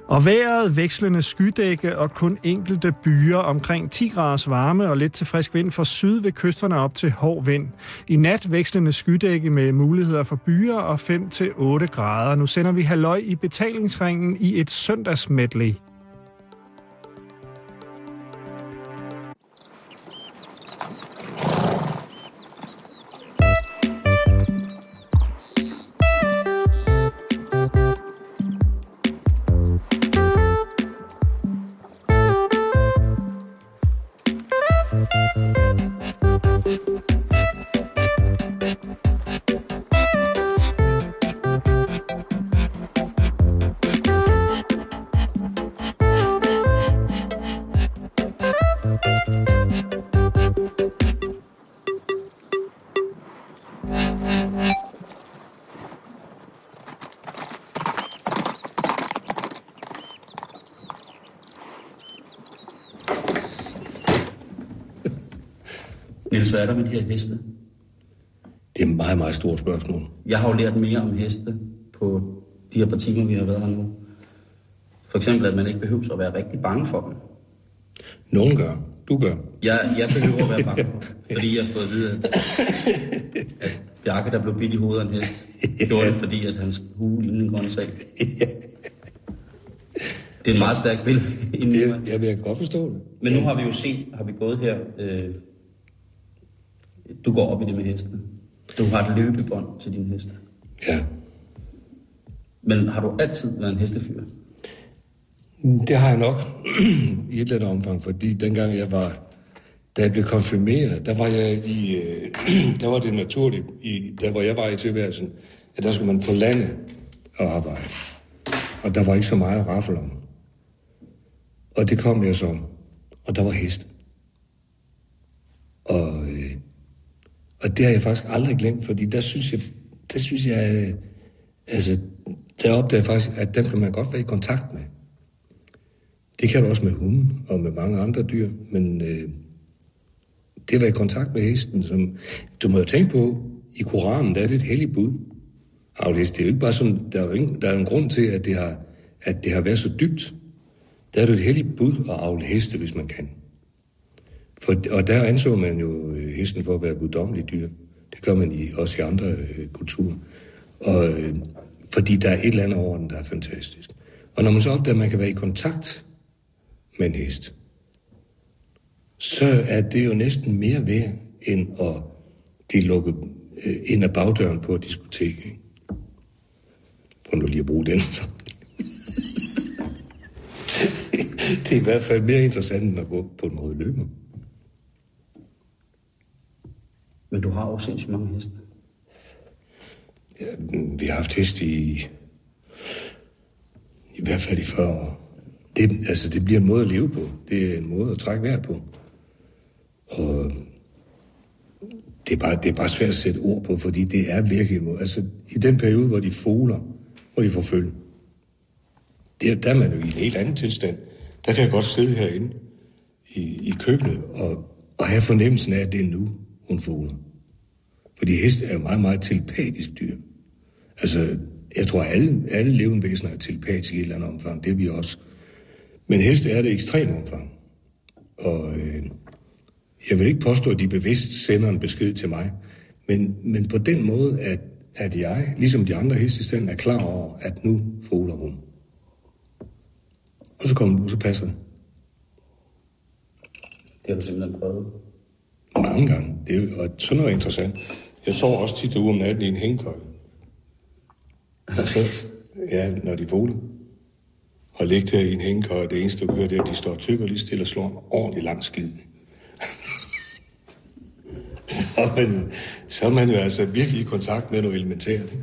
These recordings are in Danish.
Og vejret, vekslende skydække og kun enkelte byer, omkring 10 graders varme og lidt til frisk vind fra syd ved kysterne op til hård vind. I nat vekslende skydække med muligheder for byer og 5-8 grader. Nu sender vi halløj i betalingsringen i et søndagsmedley. Niels, hvad er der med de her heste? Det er et meget, meget stort spørgsmål. Jeg har jo lært mere om heste på de her par timer, vi har været her nu. For eksempel, at man ikke behøver at være rigtig bange for dem. Nogen gør. Du gør. Jeg behøver at være bange for dem, fordi jeg har fået at vide, at Bjarke, der blev bidt i hovedet af en hest, gjorde det, fordi at hans hue lignede en grøntsag. Det er en meget stærk billede. Jeg vil godt forstå det. Men nu har vi jo set, har vi gået her... Du går op i det med hestene. Du har et løbebånd til din heste. Ja. Men har du altid været en hestefyr? Det har jeg nok i et eller andet omfang, fordi dengang da jeg blev konfirmeret, der var det naturligt, der hvor jeg var i tilværelsen, at der skulle man på landet og arbejde. Og der var ikke så meget raffel om. Og det kom jeg så, og der var hest. Og det har jeg faktisk aldrig glemt, fordi der synes jeg, altså, der opdagede jeg faktisk, at dem kan man godt være i kontakt med. Det kan du også med hunden og med mange andre dyr, men det at være i kontakt med hesten, som du må jo tænke på, i Koranen, der er det et helligt bud. Avlhest, det er jo ikke bare sådan, der er en grund til, at det har været så dybt. Der er det et helligt bud at avle heste, hvis man kan. Og der anså man jo hesten for at være guddommelig dyr. Det gør man også i andre kulturer. Og fordi der er et eller andet over den, der er fantastisk. Og når man så opdager, at man kan være i kontakt med en hest, så er det jo næsten mere værd, end at blive lukket ind ad bagdøren på et diskotek. Ikke? For nu lige at bruge den. Det er i hvert fald mere interessant, end at gå på en rød løber. Men du har også sindssygt mange heste. Ja, vi har haft heste i hvert fald i 40 år. Det bliver en måde at leve på. Det er en måde at trække vejret på. Og det er bare svært at sætte ord på, fordi det er virkelig en måde. Altså, i den periode, hvor de foler, hvor de får følge, der er man jo i en helt anden tilstand. Der kan jeg godt sidde herinde i køkkenet og have fornemmelsen af, at det er nu, hun foler. Fordi heste er jo meget, meget telepatisk dyr. Altså, jeg tror, alle levende væsener er telepatiske i et eller andet omfang. Det er vi også. Men heste er det ekstremt omfang. Og jeg vil ikke påstå, at de bevidst sender en besked til mig. Men på den måde, at jeg, ligesom de andre heste i stedet, er klar over, at nu foler hun. Og så kommer du, så passer det. Det har du simpelthen prøvet? Mange gange. Det er jo, og sådan noget interessant. Jeg sover også tit ude om natten i en hængekøj. Ja, når de foler. Og ligge der i en hængekøj, det eneste, du hører, det er, at de står tykker lige stille og slår en ordentlig lang skid. så er man jo altså virkelig i kontakt med noget elementært.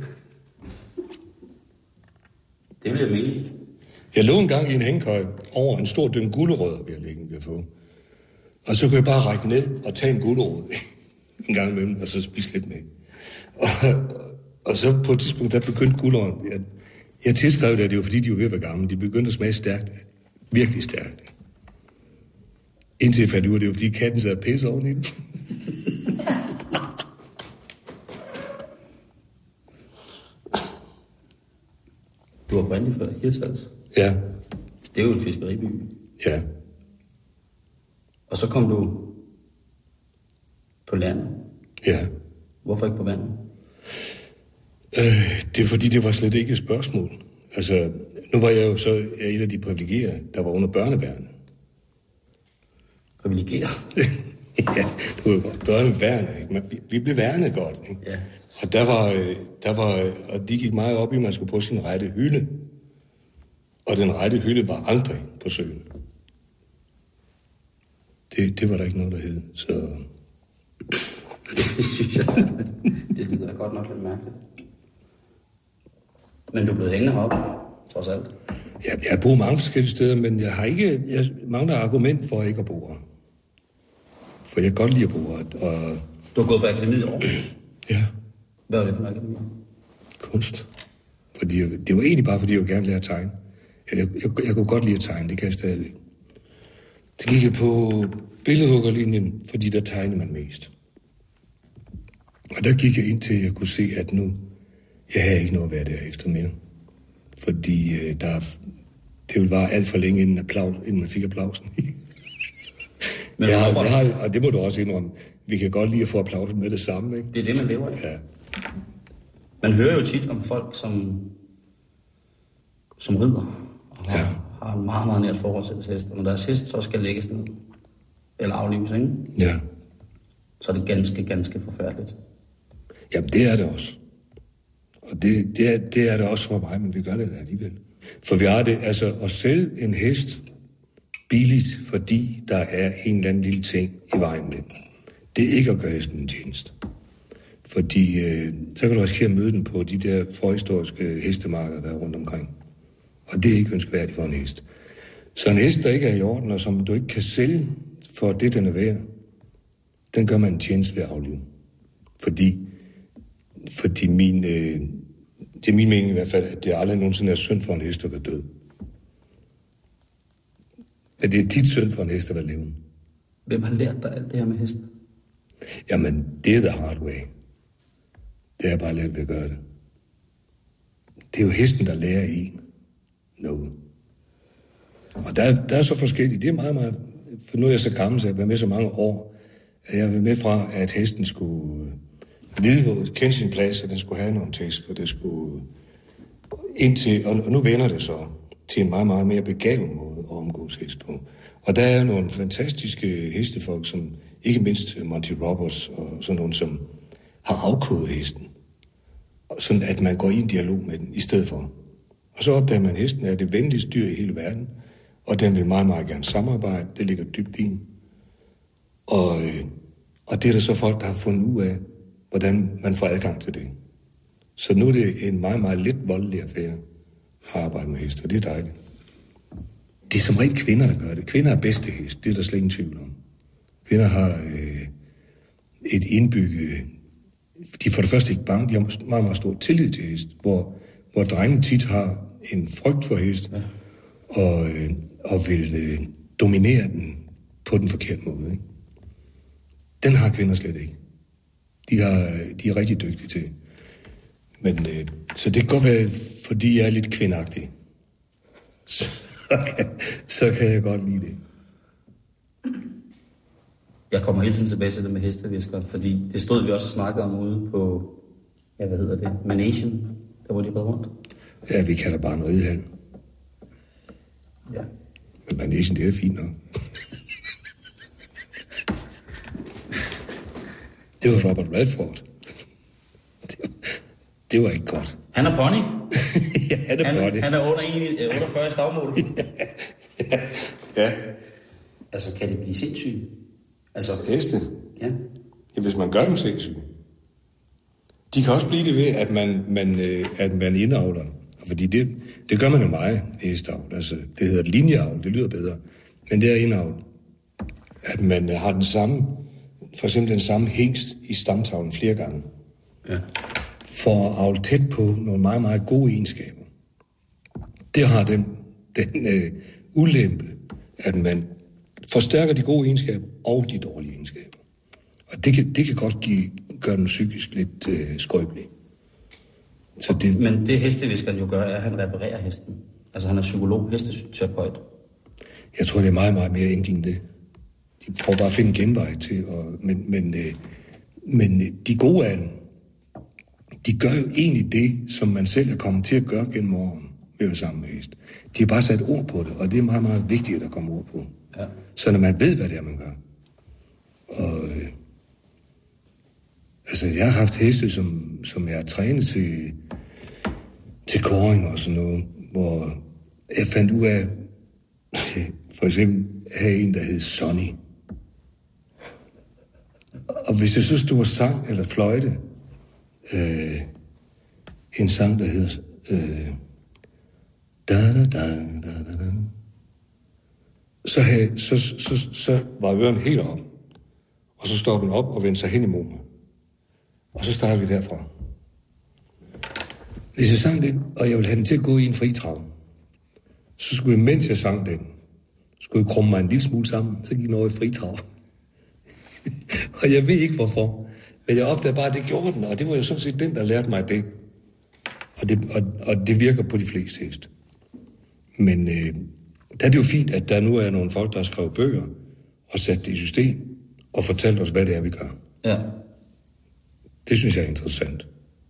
Det vil jeg mene. Jeg lå en gang i en hængekøj over en stor dynge gulerødder, vi har fået. Og så kunne jeg bare række ned og tage en gulerod en gang imellem, og så spise lidt med. Og så på et tidspunkt, der begyndte gulerødderne. Jeg tilskrev det, at det var fordi, de var ved at være gamle. De begyndte at smage stærkt. Virkelig stærkt. Indtil jeg fandt ud af, det var fordi katten sad og pisse oven i den. Du var oprindeligt før Hirtshals? Ja. Det er jo en fiskeriby. Ja. Og så kom du på landet. Ja. Hvorfor ikke på vandet? Det er fordi, det var slet ikke et spørgsmål. Altså, nu var jeg jo så et af de privilegerede, der var under børneværnet. Privilegerede? Ja, det var børneværnet, ikke? Vi blev værnet godt, ikke? Ja. Og og de gik meget op i, at man skulle på sin rette hylde. Og den rette hylde var aldrig på søen. Det var der ikke noget, der hed, så... Det synes jeg, det lyder godt nok lidt mærkeligt. Men du er blevet hængende heroppe, trods alt. Jeg har boet mange forskellige steder, men jeg mangler argument for ikke at bo her. For jeg kan godt lide at bo her. Og... Du har gået på akademiet i Aarhus? Ja. Hvad var det for en akademi? Kunst. Fordi det var egentlig bare, fordi jeg gerne lære at tegne. Jeg kunne godt lide at tegne, det kan jeg stadigvæk. Så gik jeg på billedhuggerlinjen, fordi der tegnede man mest. Og der gik jeg ind til, at jeg kunne se, at nu, jeg havde ikke noget at være derefter mere. Fordi det ville vare alt for længe, inden man fik applausen. Men og det må du også indrømme. Vi kan godt lide at få applausen med det samme, ikke? Det er det, man lever af. Ja. Man hører jo tit om folk, som rider. Og har en meget, meget nært forhold til deres hest. Og når deres hest så skal lægges ned, eller aflives, ikke? Ja. Så er det ganske, ganske forfærdeligt. Jamen, det er det også. Og det er det også for mig, men vi gør det alligevel. For vi har det, altså at sælge en hest billigt, fordi der er en eller anden lille ting i vejen med. Det er ikke at gøre hesten en tjeneste. Fordi så kan du risikere at møde den på de der forhistoriske hestemarkeder, der er rundt omkring. Og det er ikke ønskværdigt for en hest. Så en hest, der ikke er i orden, og som du ikke kan sælge for det, den er værd, den gør man en tjeneste ved at aflive. Fordi det er min mening i hvert fald, at det aldrig nogensinde er synd for en hest at være død. Men det er dit synd for en hest at være levende. Hvem har lært dig alt det her med hesten? Jamen, det er the hard way. Det er bare lært ved at gøre det. Det er jo hesten, der lærer en noget. Og der er så forskelligt. Det er meget, meget... For nu er jeg så gammel, så jeg har været med så mange år, at jeg har været med fra, at hesten skulle kende sin plads, at den skulle have nogle tæsk, og det skulle indtil... Og nu vender det så til en meget, meget mere begavet måde at omgås hest på. Og der er nogle fantastiske hestefolk, som ikke mindst Monty Roberts og sådan nogle, som har afkodet hesten. Sådan at man går i en dialog med den i stedet for. Og så opdager man, at hesten er det venligste dyr i hele verden, og den vil meget, meget gerne samarbejde. Det ligger dybt i. Og det er der så folk, der har fundet ud af, hvordan man får adgang til det. Så nu er det en meget, meget lidt voldelig affære at arbejde med hest, og det er dejligt. Det er som regel kvinder, der gør det. Kvinder er bedste hest, det er der slet ingen tvivl om. Kvinder har et indbygget... De er for det første ikke bange, de har meget, meget stor tillid til hest, hvor drengen tit har en frygt for hest, og vil dominere den på den forkerte måde. Ikke? Den har kvinder slet ikke. De er rigtig dygtige til. Men, så det kan godt være, fordi jeg er lidt kvindagtig. Så kan jeg godt lide det. Jeg kommer hele tiden tilbage til det med hestevisker, fordi det stod vi også og snakkede om ude på, ja, hvad hedder det, Managen, der hvor de red rundt. Ja, vi kalder bare en ridehal. Ja. Men Managen, det er fint nok. Det var Robert Redford. Det var ikke godt. Han er pony. Ja, han er pony. Han er under 48 i stavmål. Ja. Altså, kan det blive sindssygt? Altså, heste? Ja. Ja, hvis man gør dem sindssygt. De kan også blive det ved, at man indavler. Fordi det gør man jo meget i hesteavl. Altså, det hedder linjeavl, det lyder bedre. Men det er indavl. At man har den samme, for eksempel den samme hingst i stamtavlen flere gange. Ja. For at avle tæt på nogle meget, meget gode egenskaber. Det har den ulempe, at man forstærker de gode egenskaber og de dårlige egenskaber. Og det kan godt gøre den psykisk lidt skrøbelig. Men det hesteviskeren jo gør, er, at han reparerer hesten. Altså han er psykolog, hesteterapeut. Jeg tror, det er meget, meget mere enkelt end det. De prøver bare at finde en genvej til, men de gode af dem, de gør jo egentlig det, som man selv er kommet til at gøre gennem årene ved at være sammen med hest. De har bare sat ord på det, og det er meget, meget vigtigt, at der kommer ord på. Ja. Så når man ved, hvad det er, man gør. Og altså, jeg har haft heste, som jeg har trænet til kåring og sådan noget, hvor jeg fandt ud af, for eksempel have en, der hed Sonny. Og hvis jeg så stod sang eller fløjte, en sang, der hedder så var øren helt op. Og så stoppede den op og vendte sig hen imod mig. Og så startede vi derfra. Hvis jeg sang den, og jeg ville have den til at gå i en fri trav, så skulle jeg, mens jeg sang den, skulle jeg krumme mig en lille smule sammen, så gik den over i fri trav. Og jeg ved ikke hvorfor, men jeg opdagede bare, at det gjorde den, og det var jo sådan set den, der lærte mig det. Og det virker på de fleste heste. Men der er det jo fint, at der nu er nogle folk, der har skrevet bøger og sat det i system og fortalt os, hvad det er, vi gør. Ja. Det synes jeg er interessant.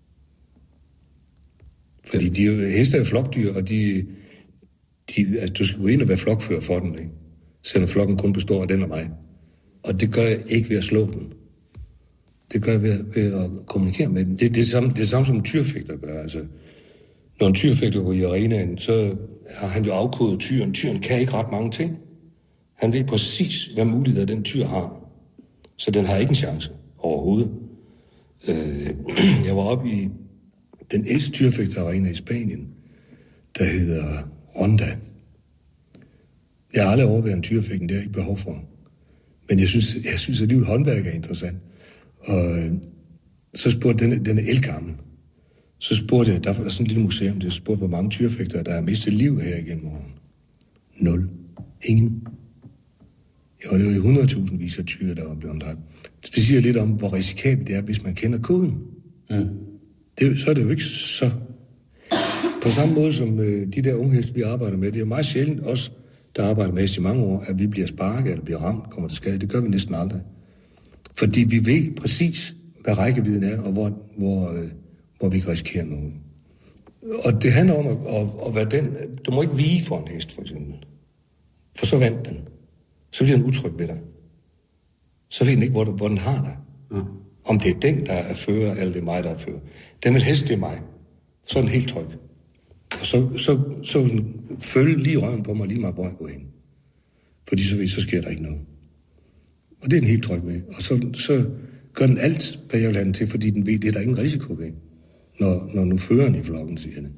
Fordi de heste er flokdyr, og altså, du skal gå ind og være flokfører for den, ikke? Selvom flokken kun består af den og mig. Og det gør jeg ikke ved at slå den. Det gør jeg ved at kommunikere med den. Det er det samme som en tyrfægter gør. Altså, når en tyrfægter går i arenaen, så har han jo afkodet tyren. Tyren kan ikke ret mange ting. Han ved præcis, hvad muligheder den tyr har. Så den har ikke en chance overhovedet. Jeg var oppe i den ældste tyrfægterarena i Spanien, der hedder Ronda. Jeg har aldrig overværet en tyrfægten, det har jeg ikke behov for. Men jeg synes alligevel, håndværk er interessant. Og så spurgte den er ældgammel. Så spurgte jeg, der var sådan et lille museum, der spurgte, hvor mange tyrfægtere, der har mistet liv her igennem årene. 0. Ingen. Ja, det var jo 100.000 vis af tyre, der var blevet dræbt. Det siger lidt om, hvor risikabelt det er, hvis man kender koden. Mm. Så er det jo ikke så... På samme måde som de der unge heste, vi arbejder med, det er jo meget sjældent os, der arbejder med heste i mange år, at vi bliver sparket eller bliver ramt, kommer til skade. Det gør vi næsten aldrig. Fordi vi ved præcis, hvad rækkevidden er, og hvor vi kan risikere noget. Og det handler om at være den... Du må ikke vige for en hest, for eksempel. For så vandt den. Så bliver den utryg ved dig. Så ved den ikke, hvor den har dig. Ja. Om det er den, der er fører, eller det er mig, der er fører. Den vil helst, det er mig. Så er den helt tryg. Og så vil den følge lige røven på mig, lige meget hvor jeg går hen. Fordi så sker der ikke noget. Og det er den helt tryg ved. Og så gør den alt, hvad jeg vil have den til, fordi den ved, det er der ingen risiko ved. Når nu føreren i flokken siger det.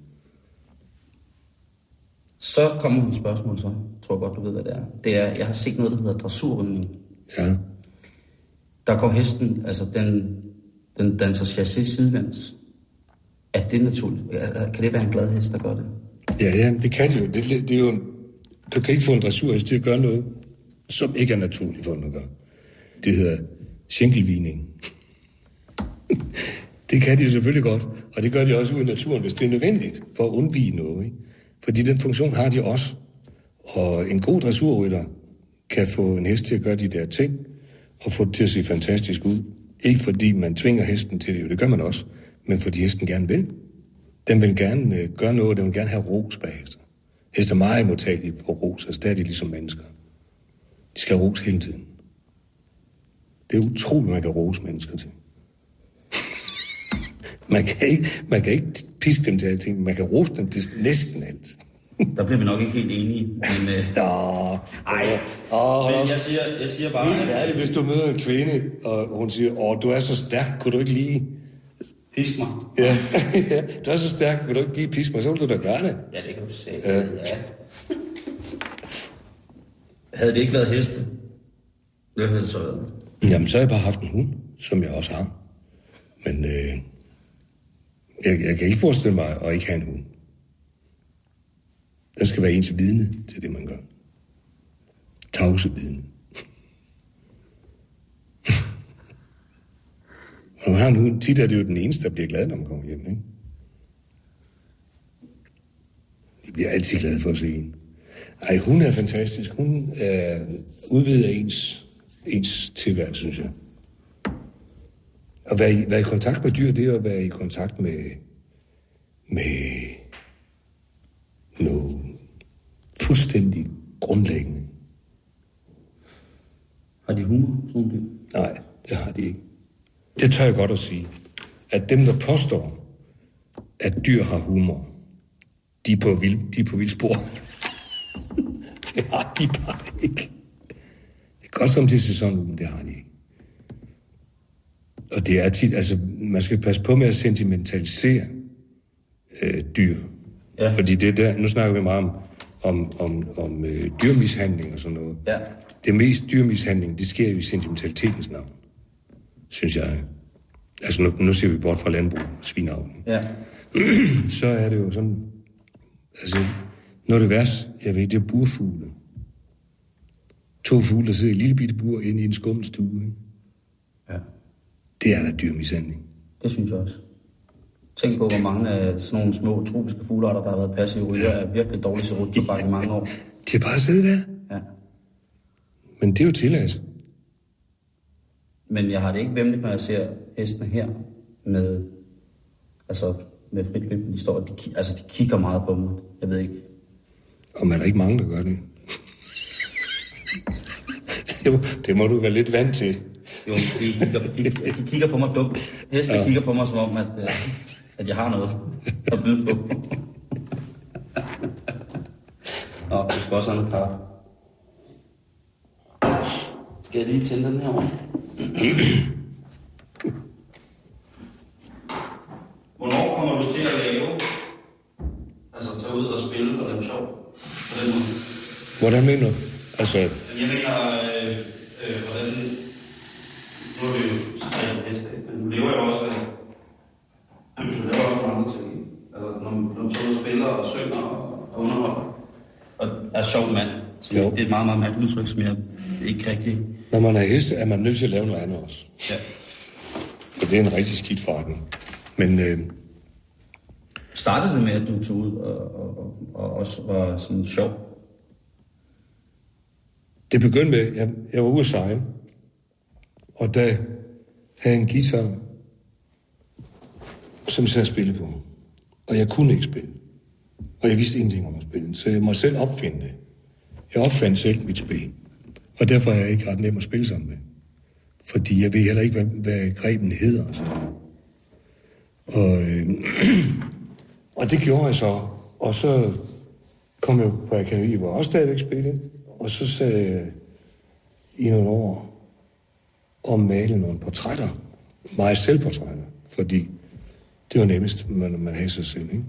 Så kommer nogle spørgsmål, så tror jeg godt, du ved, hvad det er. Det er, jeg har set noget, der hedder dressurridning. Ja. Der går hesten, altså den danser chassis sidelæns. Er det naturligt? Kan det være en glad hest, der gør det? Ja, det kan det jo. Det er jo du kan ikke få en dressurhest til at gøre noget, som ikke er naturligt for den at gøre. Det hedder skænkelvigning. Det kan de jo selvfølgelig godt, og det gør de også ude i naturen, hvis det er nødvendigt for at undvige noget. Ikke? Fordi den funktion har de også. Og en god dressurrytter kan få en hest til at gøre de der ting, og få det til at se fantastisk ud. Ikke fordi man tvinger hesten til det, jo det gør man også, men fordi hesten gerne vil. Den vil gerne gøre noget, den vil gerne have ros bagefter. Hest er meget modtagelige på ros, altså der er de ligesom mennesker. De skal have ros hele tiden. Det er utroligt, man kan rose mennesker til. Man kan ikke piske dem til alting, man kan rose dem til næsten alt. Der bliver vi nok ikke helt enige. Men jeg siger bare... Helt ærligt, hvis du møder en kvinde, og hun siger, du er så stærk, kunne du ikke lige... Pisk mig. Ja, du er så stærk, kunne du ikke lige piske mig, så vil du da gøre det. Ja, det kan du sige. Ja. Havde det ikke været heste? Hvad havde det så været? Jamen, så har jeg bare haft en hund, som jeg også har. Men jeg kan ikke forestille mig at ikke have en hund. Den skal være ens vidne til det, man gør. Tavse vidne. Når man har en hund, tit er det jo den eneste, der bliver glad, når man kommer hjem, ikke? bliver altid glad for at se hende. Ej, hun er fantastisk. Hun udvider ens tilværelse, synes jeg. At være i kontakt med dyr, det er at være i kontakt med noget fuldstændig grundlæggende. Har de humor, sådan dyr? Nej, det har de ikke. Det tør jeg godt at sige. At dem, der påstår, at dyr har humor, de er på vild spor. Det har de bare ikke. Det er godt som til sæsonen, men det har de ikke. Og det er tit, altså, man skal passe på med at sentimentalisere dyr. Ja. Fordi det der, nu snakker vi meget om dyrmishandling og sådan noget. Ja. Det mest dyrmishandling, det sker jo i sentimentalitetens navn, synes jeg. Altså nu ser vi bort fra landbrug og svineavlen. Ja. Så er det jo sådan, altså, når det værste, jeg ved, det er burfugle. 2 fugle, der sidder i et lille bitte bur inde i en skumstue, ikke? Ja. Det er da dyrmishandling. Det synes jeg også. Tænk på, hvor mange af sådan nogle små tropiske fuglearter, der har været passive ryger, er virkelig dårligt til rutobak i mange år. Det er bare at sidde der. Ja. Men det er jo tilladt. Men jeg har det ikke vemmeligt, når jeg ser hestene her med frit løb. De står, de kigger meget på mig. Jeg ved ikke. Og man er ikke mange, der gør det. Det må du være lidt vant til. Jo, de kigger på mig dumt. Hestene kigger på mig som om, at jeg har noget at byde på. Nå, du skal også have noget kaffe. Skal jeg lige tænde den herovre? Hvornår kommer du til at lave? Altså tage ud og spille og lave sjov på den måde? Hvordan mener du? Altså... Jeg mener, hvordan... Nu er vi jo tre heste, men du lever jo også af... Du laver også nogle andre ting. Altså, når du tager ud og spiller og synger og underholder. Og er sjov mand. Det er et meget, meget mærkeligt udtryk, som jeg ikke rigtig... Når man er heste, er man nødt til at lave noget andet også. Ja. Og det er en rigtig skidt forretning. Men... Startede det med, at du tog ud og også var sådan sjov? Det begyndte med, jeg var ude at sejle. Og der havde jeg en guitar, som jeg sad og spille på. Og jeg kunne ikke spille. Og jeg vidste ingenting om at spille. Så jeg måtte selv opfinde det. Jeg opfandt selv mit spil. Og derfor er jeg ikke ret nem at spille sammen med. Fordi jeg ved heller ikke, hvad greben hedder. Og det gjorde jeg så. Og så kom jeg på akademiet, hvor jeg også stadigvæk spillede. Og så sad jeg i nogle år og malede nogle portrætter. Meget selvportrætter. Fordi det var nemmest, når man havde sig selv, ikke?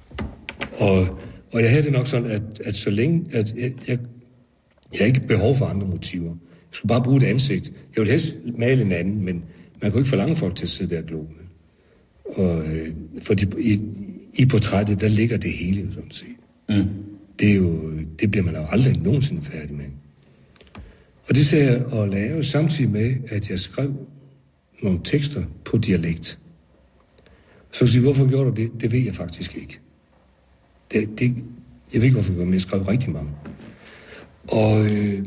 Og jeg havde det nok sådan, at så længe, at jeg havde ikke behov for andre motiver. Jeg skulle bare bruge et ansigt. Jeg ville helst male en anden, men man kunne ikke forlange folk til at sidde der og glo. Og fordi i portrættet, der ligger det hele, sådan set. Mm. Det bliver man jo aldrig nogensinde færdig med. Og det sagde jeg at lave samtidig med, at jeg skrev nogle tekster på dialekt. Så sige, hvorfor gjorde du det? Det ved jeg faktisk ikke. Jeg ved ikke, hvorfor jeg gjorde, men jeg skrev rigtig mange. Og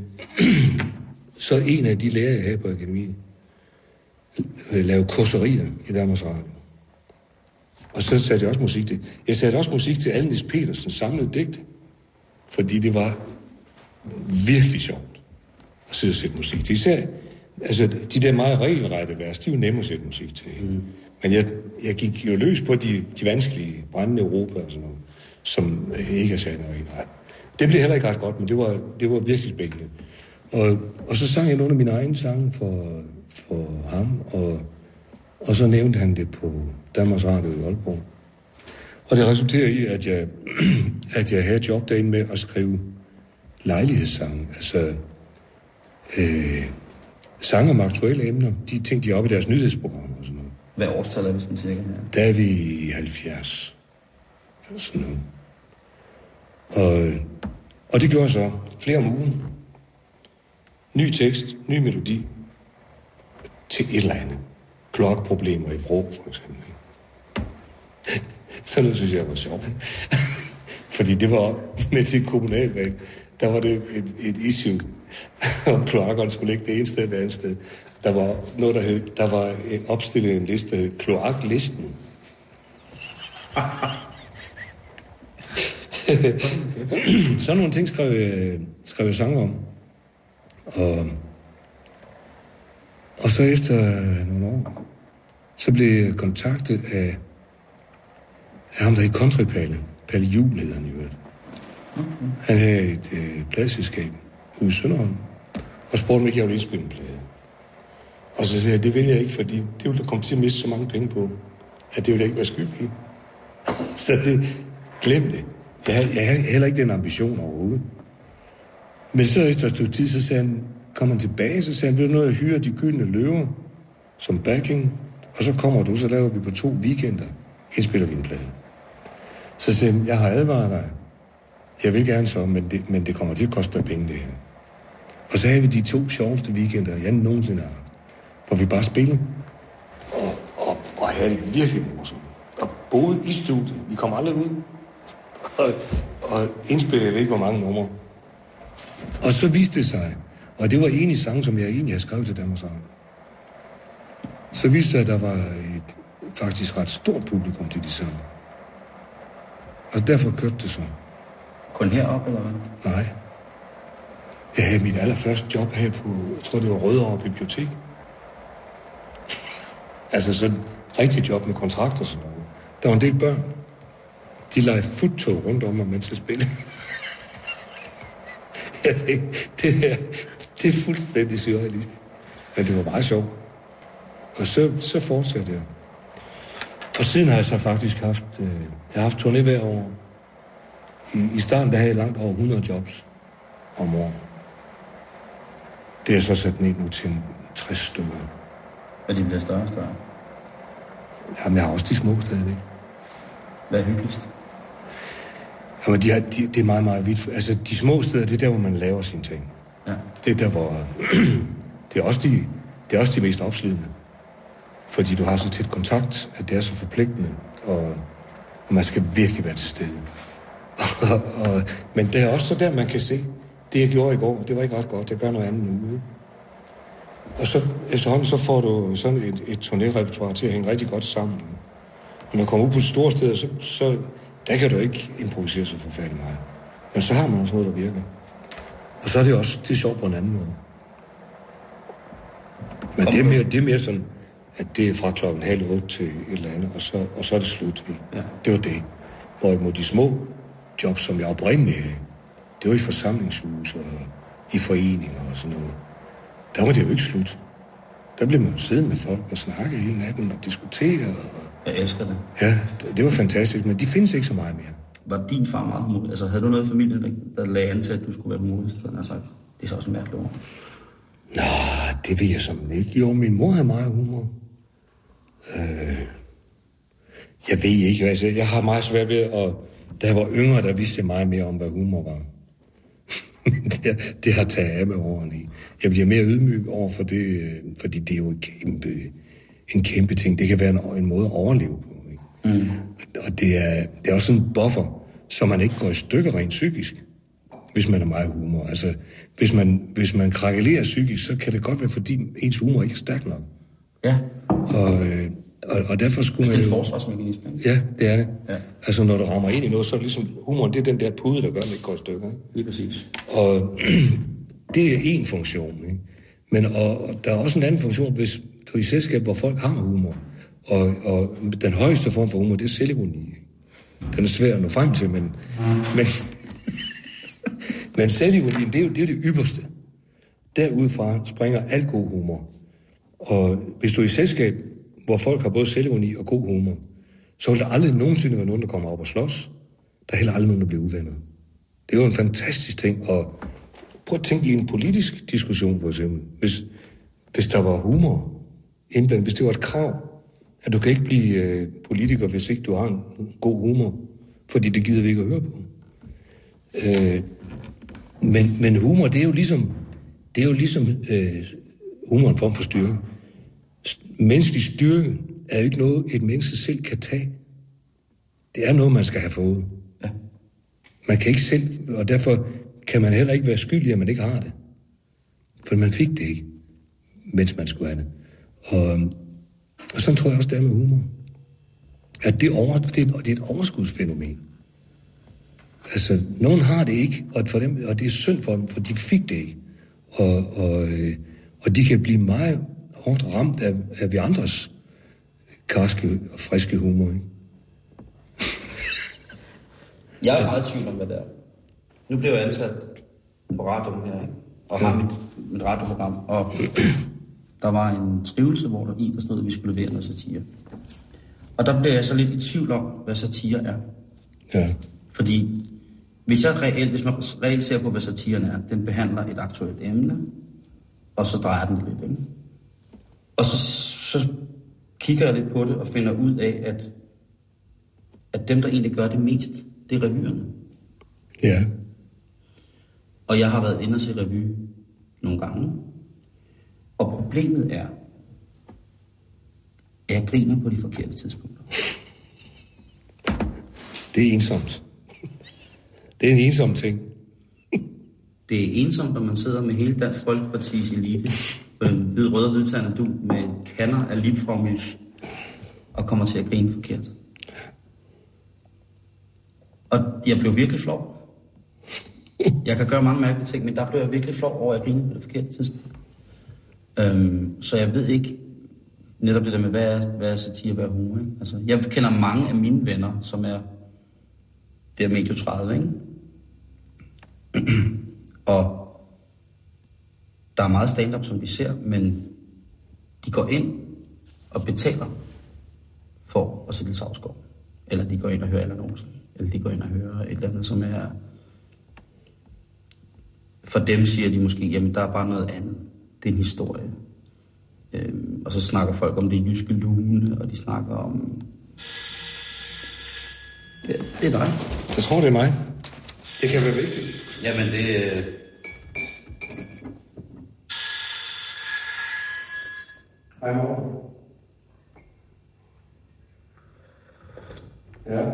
så en af de lærere, jeg havde på akademiet, lavede kurserier i Danmarks Radio. Og så satte jeg også musik til. Jeg satte også musik til Alnis Petersens samlede digte. Fordi det var virkelig sjovt at sidde og sætte musik til. Især, altså, de der meget regelrette vers, de er jo nemme at sætte musik til. Mm. Men jeg gik jo løs på de vanskelige, brændende Europa og sådan noget, som ikke er særlig regelret. Det blev heller ikke ret godt, men det var virkelig spændende. Og så sang jeg nogle af mine egne sange for ham, og så nævnte han det på Danmarks Radio i Aalborg. Og det resulterede i, at jeg havde job derinde med at skrive lejlighedssange, altså sange om aktuelle emner, de ting, de er oppe i deres nyhedsprogrammer og sådan noget. Hvad årstal er vi sådan cirka her? Der er vi i 70. Sådan noget. Og det gjorde så flere om ugen. Ny tekst, ny melodi til et eller andet. Klokkeproblemer i Vrå, for eksempel. Sådan noget synes jeg var sjovt. Fordi det var med til kommunalvalg. Der var det et issue, om kloakkerne skulle ligge det ene sted eller det andet sted. Der var noget, der var opstillet en liste, der hed kloaklisten. Sådan nogle ting skrev jeg sange om. Og så efter nogle år, så blev jeg kontaktet af ham, der hed Countrypalle. Palle Juhl hedder han i øvrigt. Han havde et pladeselskab ude i Sønderholm, og spurgte mig, ikke jeg ville indspille en plade. Og så sagde jeg, det vil jeg ikke, fordi det ville komme til at miste så mange penge på, at det ville ikke være skyld i. Så glem det. Jeg har heller ikke den ambition overhovedet. Men så efter et stykke tid, så sagde han, kom han tilbage, så sagde han, vil du noget at hyre De Gyldne Løver som backing, og så kommer du, så laver vi på 2 weekender, indspiller vi en plade. Så sagde han, jeg har advaret dig. Jeg vil gerne så, men det kommer til at koste dig penge, det her. Og så havde vi de 2 sjoveste weekender, jeg nogensinde har haft, hvor vi bare spillede. Og havde det virkelig morsomt. Og boede i studiet. Vi kom aldrig ud. Og indspillede jeg ikke, hvor mange numre. Og så viste det sig, og det var en sang, som jeg egentlig havde skrevet til Danmarks Radio. Så viste det sig, at der var et faktisk ret stort publikum til de sange. Og derfor kørte det så. Kun heroppe, eller hvad? Nej. Jeg havde mit allerførste job her på, jeg tror det var Rødovre Bibliotek. Altså sådan et rigtigt job med kontrakter og sådan noget. Der var en del børn. De legede futtog rundt om mig, mens jeg spillede. Jeg tænkte, det er fuldstændig surrealistisk. Men det var meget sjovt. Og så fortsatte jeg. Og siden har jeg så faktisk haft, jeg har haft turné hver år. I starten der havde jeg langt over 100 jobs om året. Det er så sat ned nu til 60 stykker. Og de bliver større og større? Jamen, jeg har også de små stadigvæk. Hvad er hyggeligst? Jamen, det er meget, meget vidt. Altså, de små steder, det er der, hvor man laver sine ting. Ja. Det er der, hvor... det er også de mest opslidende. Fordi du har så tæt kontakt, at det er så forpligtende, og man skal virkelig være til stede. Men det er også så der, man kan se, det jeg gjorde i går, det var ikke ret godt, det gør noget andet nu. Og så efterhånden, så får du sådan et turnérepertoire til at hænge rigtig godt sammen. Og når man kommer ud på store steder, så der kan du ikke improvisere så forfærdeligt meget. Men så har man også noget, der virker. Og så er det også, det er sjovt på en anden måde. Men det er mere sådan, at det er fra 7:30 til et eller andet, og så er det slut. Ja. Det var det. Hvorimod de små jobs, som jeg oprindeligt havde, det var i forsamlingshus og i foreninger og sådan noget. Der var det jo ikke slut. Der blev man jo siddet med folk og snakke hele natten og diskutere. Jeg elsker det. Ja, det var fantastisk, men de findes ikke så meget mere. Var din far meget humorist? Altså, havde du noget i familien, der lagde an til, at du skulle være humorist? Altså, det er så også mærkeligt ord. Nå, det ved jeg simpelthen ikke. Jo, min mor havde meget humor. Jeg ved ikke, altså, jeg har meget svært ved at... Da jeg var yngre, der vidste jeg meget mere om, hvad humor var. det har taget af med årene i. Jeg bliver mere ydmyg over for det, fordi det er jo en kæmpe ting. Det kan være en måde at overleve på. Ikke? Mm. Og det er også sådan en buffer, så man ikke går i stykker rent psykisk, hvis man er meget humor. Altså, hvis man krakelerer psykisk, så kan det godt være, fordi ens humor ikke er stærk nok. Ja. Og derfor skulle man... Det er en forsvarsmekanisme. Ja, det er det. Ja. Altså, når du rammer ind i noget, så er det ligesom humoren, det er den der pude, der gør, at det ikke går i stykker. Ikke? Lige præcis. Og det er én funktion, ikke? Men og der er også en anden funktion, hvis du er i selskab, hvor folk har humor. Og den højeste form for humor, det er selvironi. Den er svær at nå frem til, men selvironi, det er jo det ypperste. Derudfra springer al god humor. Og hvis du er i selskab, hvor folk har både selvironi og god humor, så vil der aldrig nogensinde være nogen, der kommer op og slås. Der er heller aldrig nogen, der bliver uvenner. Det er jo en fantastisk ting. Og prøv at tænke i en politisk diskussion, for eksempel. Hvis der var humor indblandet, hvis det var et krav, at du kan ikke blive politiker, hvis ikke du har en god humor, fordi det gider vi ikke at høre på. Men humor, det er jo ligesom humor en form for styrke. Menneskelig styrke er jo ikke noget, et menneske selv kan tage. Det er noget, man skal have fået. Ja. Man kan ikke selv, og derfor kan man heller ikke være skyldig, at man ikke har det. For man fik det ikke, mens man skulle have det. Og sådan tror jeg også, det er med humor. At det er et overskudsfænomen. Altså, nogen har det ikke, og det er synd for dem, for de fik det ikke. Og de kan blive meget hårdt ramt af vi andres karske og friske humor, ikke? Jeg er meget i tvivl om, hvad det er. Nu blev jeg ansat på radioen her, ikke? Og har mit radioprogram, og der var en skrivelse, hvor der stod, at vi skulle levere noget satire. Og der blev jeg så lidt i tvivl om, hvad satire er. Ja. Fordi hvis man reelt ser på, hvad satiren er, den behandler et aktuelt emne, og så drejer den lidt, ikke? Og så kigger jeg lidt på det og finder ud af, at dem, der egentlig gør det mest, det er revyerne. Ja. Og jeg har været inde og se revy nogle gange. Og problemet er, at jeg griner på de forkerte tidspunkter. Det er ensomt. Det er en ensom ting. Det er ensomt, når man sidder med hele Dansk Folkepartis elite på en rød og hvidtagende du med kander af Liebfraumilch og kommer til at grine forkert. Og jeg blev virkelig flov. Jeg kan gøre mange mærkelige ting, men der blev jeg virkelig flov over at grine på det forkerte tidspunkt. Så jeg ved ikke netop det der med, hvad er satire, hvad er humor, ikke? Altså, jeg kender mange af mine venner, som er der medio 30, ikke? Og der er meget stand-up, som vi ser, men de går ind og betaler for at se Niels Hausgaard. Eller de går ind og hører Allan Olsen. Eller de går ind og hører et eller andet, som er... For dem siger de måske, jamen der er bare noget andet. Det er en historie. Og så snakker folk om det jyske lune, og de snakker om... Det er dig. Jeg tror, det er mig. Det kan være vigtigt. Jamen det... Hej, mor. Ja.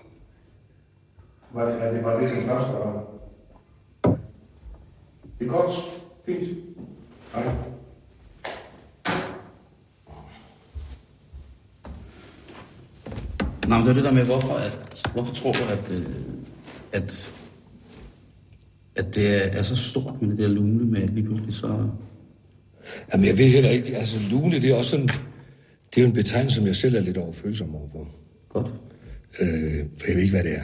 Var det den første gang? Det er godt. Fint. Hej. Nå, men det er det der med, hvorfor tror du, at det er så stort med det der lune med lige pludselig så... Jamen, jeg ved heller ikke, altså lune, det er også sådan, det er jo en betegnelse, som jeg selv er lidt overfølsom overfor. Godt. For jeg ved ikke, hvad det er.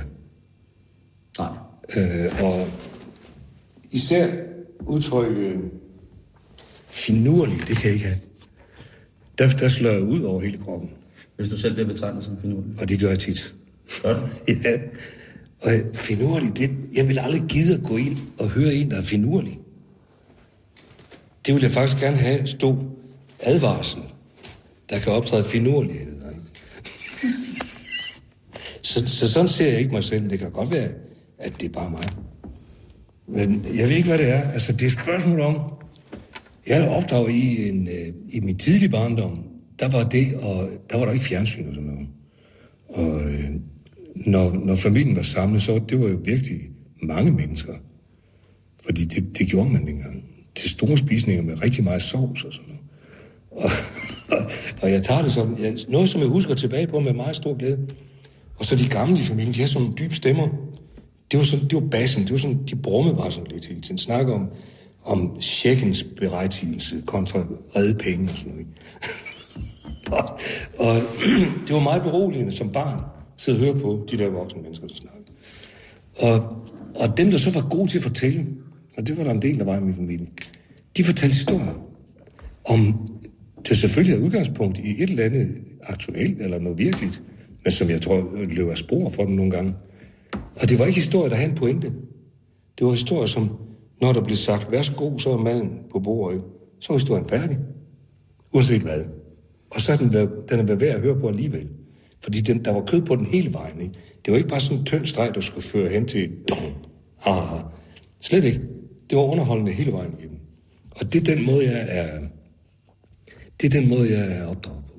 Nej. Og især udtrykket finurlig, det kan jeg ikke have. Der slår jeg ud over hele kroppen. Hvis du selv bliver betegnet som finurlig. Og det gør jeg tit. Godt. Ja. Og finurlig, jeg vil aldrig gide at gå ind og høre en, der er finurlig. Det vil jeg faktisk gerne have stå advarsel, der kan optræde finurlighed. Så sådan ser jeg ikke mig selv. Det kan godt være, at det er bare mig. Men jeg ved ikke, hvad det er. Altså, det er et spørgsmål om... Jeg er opdraget i min tidlige barndom. Der var det, og der var der ikke fjernsyn og sådan noget. Og når familien var samlet, så det var jo virkelig mange mennesker. Fordi det gjorde man dengang. Til store spisninger med rigtig meget sovs og sådan noget. Og jeg tager det sådan... Noget, som jeg husker tilbage på med meget stor glæde. Og så de gamle i familien, de har sådan nogle dybe stemmer. Det var bassen, det var sådan, de brummede bare sådan lidt hele tiden. Snakker om checkens berettigelse kontra redde penge og sådan noget. og det var meget beroligende som barn, sidde og høre på de der voksne mennesker, der snakkede. Og dem, der så var gode til at fortælle, og det var der en del, der var i min familie, de fortalte historier om, til selvfølgelig er udgangspunkt i et eller andet aktuelt eller noget virkeligt, men som jeg tror løber spor for dem nogle gange. Og det var ikke historier, der havde en pointe. Det var historier, som, når der blev sagt, vær så god, så er maden på bordet, så var historien færdig. Uanset hvad. Og så er den er værd at høre på alligevel. Fordi der var kød på den hele vejen. Ikke? Det var ikke bare sådan en tynd streg, der skulle føre hen til slet ikke. Det var underholdende hele vejen igennem. Og det er den måde, jeg er opdraget på.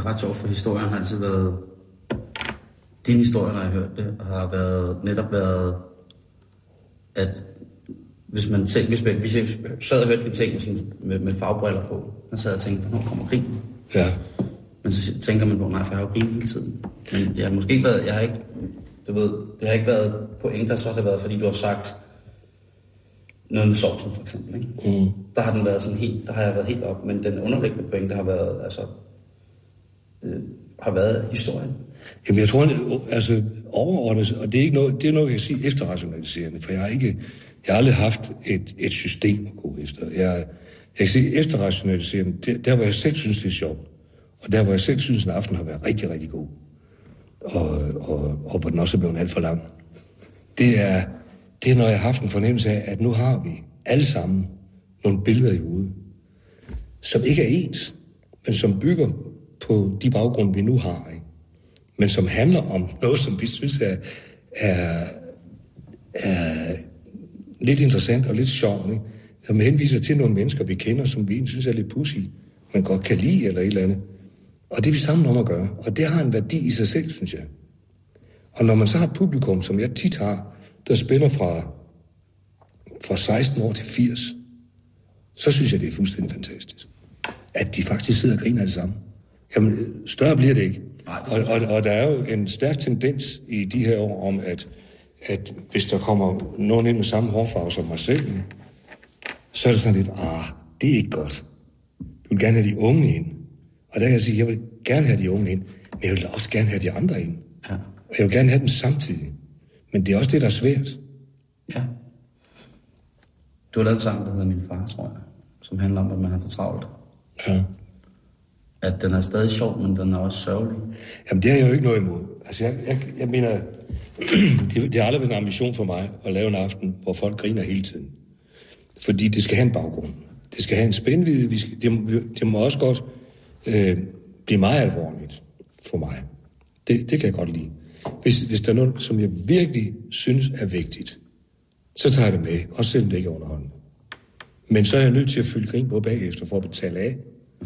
er ret sjovt, for historien har altid været... Dine historier, når jeg har hørt det, har netop været, at hvis jeg sad og hørte de ting med farvebriller på, så sad jeg og tænkte, hvornår kommer grinen? Ja. Men så tænker man på, nej, for jeg har jo grinet hele tiden. Men jeg har måske ikke været, det har ikke været pointer, så har det været, fordi du har sagt noget med sovsen, for eksempel, ikke? Mm. Der har den været sådan helt, der har jeg været helt op, men den underliggende pointe har været, har været historien. Jamen, jeg tror, altså overordnet, og det er ikke noget, det er noget, jeg kan sige efterrationaliserende, for jeg har aldrig haft et system at gå efter. Jeg kan sige efterrationaliserende, der hvor jeg selv synes, det er sjovt, og der hvor jeg selv synes, at en aften har været rigtig, rigtig god, og hvor den også er blevet alt for lang. Det er, når jeg har haft en fornemmelse af, at nu har vi alle sammen nogle billeder i hovedet, som ikke er ens, men som bygger på de baggrunde, vi nu har, ikke? Men som handler om noget, som vi synes er lidt interessant og lidt sjovt, ikke? Som henviser til nogle mennesker, vi kender, som vi egentlig synes er lidt pussy, man godt kan lide eller et eller andet. Og det er vi sammen om at gøre. Og det har en værdi i sig selv, synes jeg. Og når man så har et publikum, som jeg tit har, der spiller fra 16 år til 80, så synes jeg, det er fuldstændig fantastisk. At de faktisk sidder og griner af det samme. Jamen, større bliver det ikke. Og der er jo en stærk tendens i de her år om, at hvis der kommer nogen ind med samme hårfarve som mig selv, så er det sådan lidt, det er ikke godt. Du vil gerne have de unge ind. Og der kan jeg sige, jeg vil gerne have de unge ind, men jeg vil også gerne have de andre ind. Ja. Og jeg vil gerne have dem samtidig. Men det er også det, der er svært. Ja. Du har lavet en sang, der hedder Min Far, tror jeg, som handler om, at man har for travlt. Ja. At den er stadig sjov, men den er også sørgelig. Jamen, det har jeg jo ikke noget imod. Altså, jeg mener, det har aldrig været en ambition for mig at lave en aften, hvor folk griner hele tiden. Fordi det skal have en baggrund. Det skal have en spændvidde. Det må også godt blive meget alvorligt for mig. Det kan jeg godt lide. Hvis der er noget, som jeg virkelig synes er vigtigt, så tager jeg det med, også selvom det ikke er underholdende. Men så er jeg nødt til at fylde grin på bagefter for at betale af.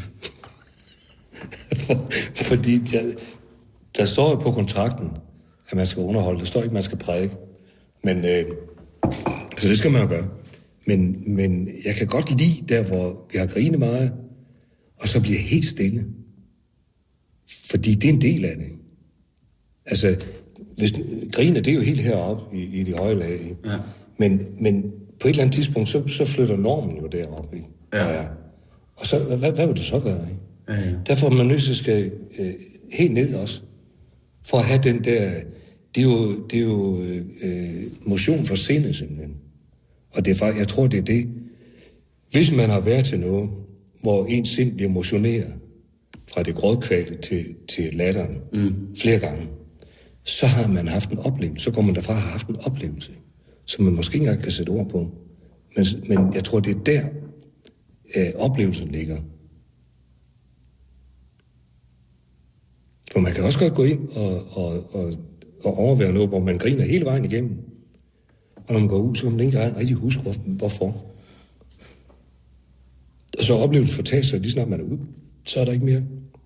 Fordi der står jo på kontrakten, at man skal underholde. Der står ikke, at man skal prædike. Men, så det skal man jo gøre. Men jeg kan godt lide der, hvor vi har grinet meget, og så bliver helt stille. Fordi det er en del af det. Altså, grinet, det er jo helt heroppe i de høje lag. Ja. Men på et eller andet tidspunkt, så flytter normen jo deroppe. Ja. Og så, hvad vil du så gøre, ikke? Ja. Derfor er man nødt til at skal helt ned også. For at have den der... Det er jo motion for sindet, simpelthen. Og det er faktisk, jeg tror, det er det. Hvis man har været til noget, hvor ens sind bliver motioneret fra det grådkvalte til latteren flere gange, så har man haft en oplevelse. Så går man derfra og har haft en oplevelse, som man måske ikke engang kan sætte ord på. Men jeg tror, det er der, oplevelsen ligger. For man kan også godt gå ind og overvære noget, hvor man griner hele vejen igennem. Og når man går ud, så kan man ikke engang rigtig huske, hvorfor. Og så oplevelsen fortager sig, lige snart man er ude. Så er der ikke mere.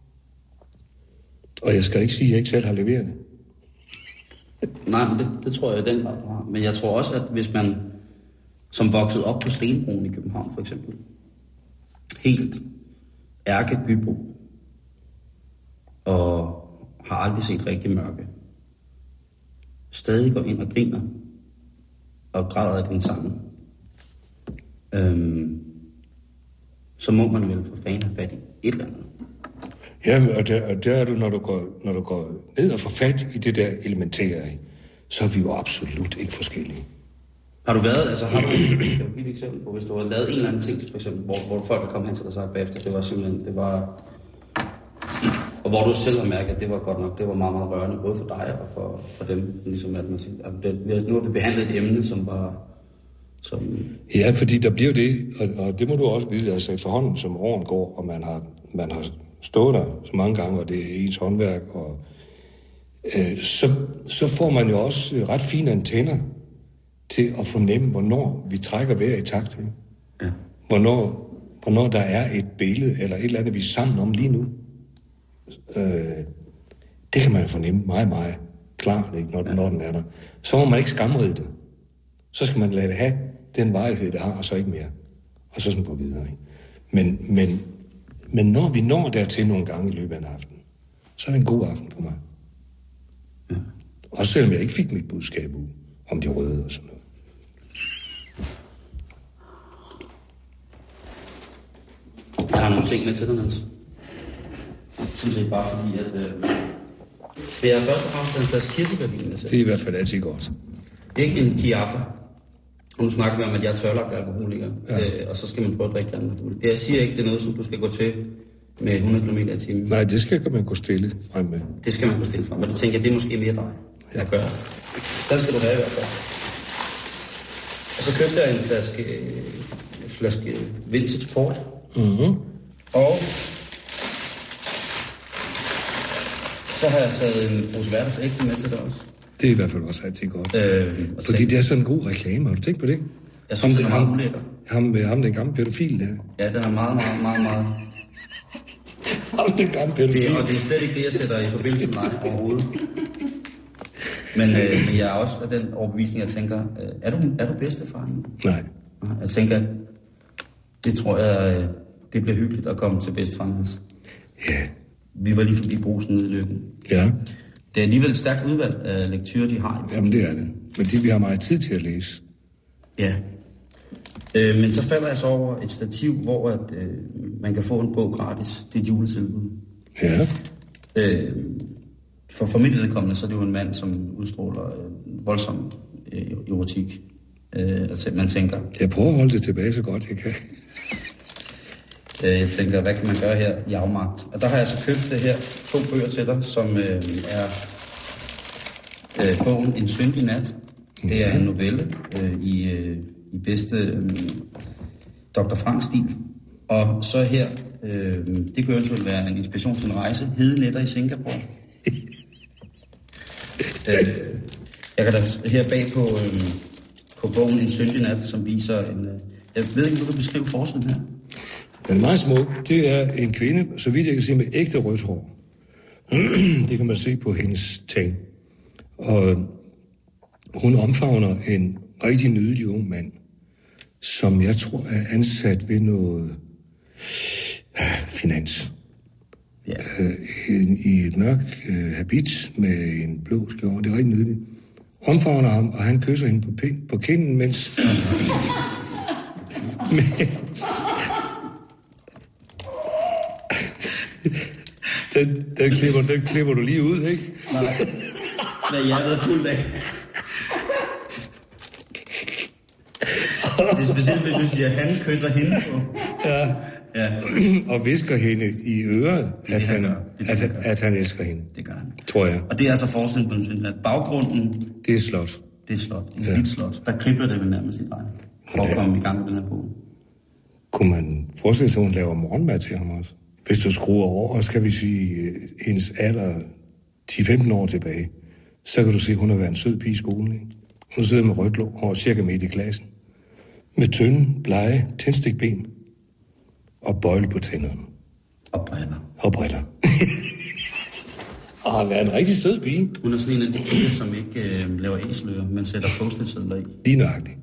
Og jeg skal ikke sige, at jeg ikke selv har leveret det. Nej, men det tror jeg i den grad har. Men jeg tror også, at hvis man som voksede op på Stenbroen i København for eksempel, helt ærkebybo, og har aldrig set rigtig mørke, stadig går ind og griner, og græder af din sang, så må man vel for fanden have fat i et eller andet. Ja, og der er du, når du går ned og får fat i det der elementære, så er vi jo absolut ikke forskellige. Har du været, kan du give et eksempel på, hvis du har lavet en eller anden ting, for eksempel, hvor folk er kommet hen til dig og sagt bagefter, det var simpelthen, og hvor du selv har mærket, at det var godt nok, det var meget, meget rørende, både for dig og for dem, ligesom at man siger, at nu har vi behandlet et emne, som var... Ja, fordi der bliver det, og det må du også vide, altså efterhånden, som åren går, og man har stået der så mange gange, og det er ens håndværk, og så får man jo også ret fine antenner til at fornemme, hvornår vi trækker vejr i takt. Ja. Hvornår der er et billede, eller et eller andet, vi er sammen om lige nu. det kan man fornemme meget, meget klart, ikke, når den er der. Så må man ikke skamride det. Så skal man lade det have den varighed, det har, og så ikke mere. Og så sådan gå videre. Ikke? Men når vi når dertil nogle gange i løbet af en aften, så er det en god aften for mig. Ja. Også selvom jeg ikke fik mit budskab ud om de røde og sådan noget. Jeg har nogle ting med til dig, Niels. Sådan set bare fordi, at det er først og fremmest en flaske kirsebærvin. Det er i hvert fald altid godt. Ikke en Chiaffa. Og nu snakker vi om, at jeg er tørlagt alkoholiker, og så skal man prøve at drikke den. Jeg siger ikke, det er noget, som du skal gå til med 100 km i timen. Nej, det skal man gå stille frem med. Det skal man gå stille frem med. Det tænker jeg, det er måske mere dig, at gøre. Den skal du have i hvert fald. Og så købte jeg en flaske vintage port. Mhm. Og så har jeg taget en pose hverdagsægte med til dig også. Det er i hvert fald også altid godt. Fordi det er sådan en god reklame. Har du tænkt på det? Jeg synes, det er meget ulækker. Ham den gamle pædofil der. Ja, den er meget. Ham den gamle pædofil. Og det er slet ikke det, jeg sætter i forbindelse med mig overhovedet. Men jeg er også af den overbevisning, jeg tænker, er du bedstefar? Nej. Jeg tænker, det tror jeg, det bliver hyggeligt at komme til bedstefar. Ja. Vi var lige forbi Brugsen nede i Løkken. Ja. Det er alligevel et stærkt udvalg af lektyrer, de har. Jamen, det er det. Men vi har meget tid til at læse. Ja. Men så falder jeg så over et stativ, hvor man kan få en bog gratis. Det er et juletilbud. Ja. For mit vedkommende, så er det jo en mand, som udstråler voldsom erotik. Altså, man tænker... Jeg prøver at holde det tilbage så godt jeg kan. Jeg tænker, hvad kan man gøre her i afmagt? Og der har jeg så købt det her 2 bøger til dig, som er bogen En syndig nat. Det er en novelle i bedste Dr. Frank-stil. Og så her, det kan eventuelt være en inspiration til en rejse, Hede nætter i Singapore. Jeg kan da her bag på bogen En syndig nat, som viser en... Jeg ved ikke, om du kan beskrive forsiden her. Den er meget smuk. Det er en kvinde, så vidt jeg kan se, med ægte rødt hår. Det kan man se på hendes ting. Og hun omfavner en rigtig nydelig ung mand, som jeg tror er ansat ved noget finans. Ja. I et mørk habit med en blå skjorte. Det er rigtig nydeligt. Omfavner ham, og han kysser hende på kinden, mens den klipper du lige ud, ikke? Nej. Men jeg er fuldt af. Det er specielt, hvis du siger, at han kysser hende på. Ja. Og visker hende i øret, at han elsker hende. Det gør han. Tror jeg. Og det er altså forsiden på en syndig nat. Baggrunden... Det er slot. Det er slot. Et hvidt slot. Der kribler det vel nærmest i dig. For at komme i gang med den her bog. Kunne man forestille sig, at hun laver morgenmad til ham også? Hvis du skruer over, skal vi sige, hendes alder 10-15 år tilbage, så kan du se, at hun har været en sød pige i skolen. Ikke? Hun sidder med rødt hår cirka midt i klassen. Med tynde, blege, tændstikben og bøjle på tænderne. Og briller. Og har været en rigtig sød pige. Hun er sådan en af de piger, som ikke laver æseløer, men sætter post-it-sedler i. Lige nøjagtigt.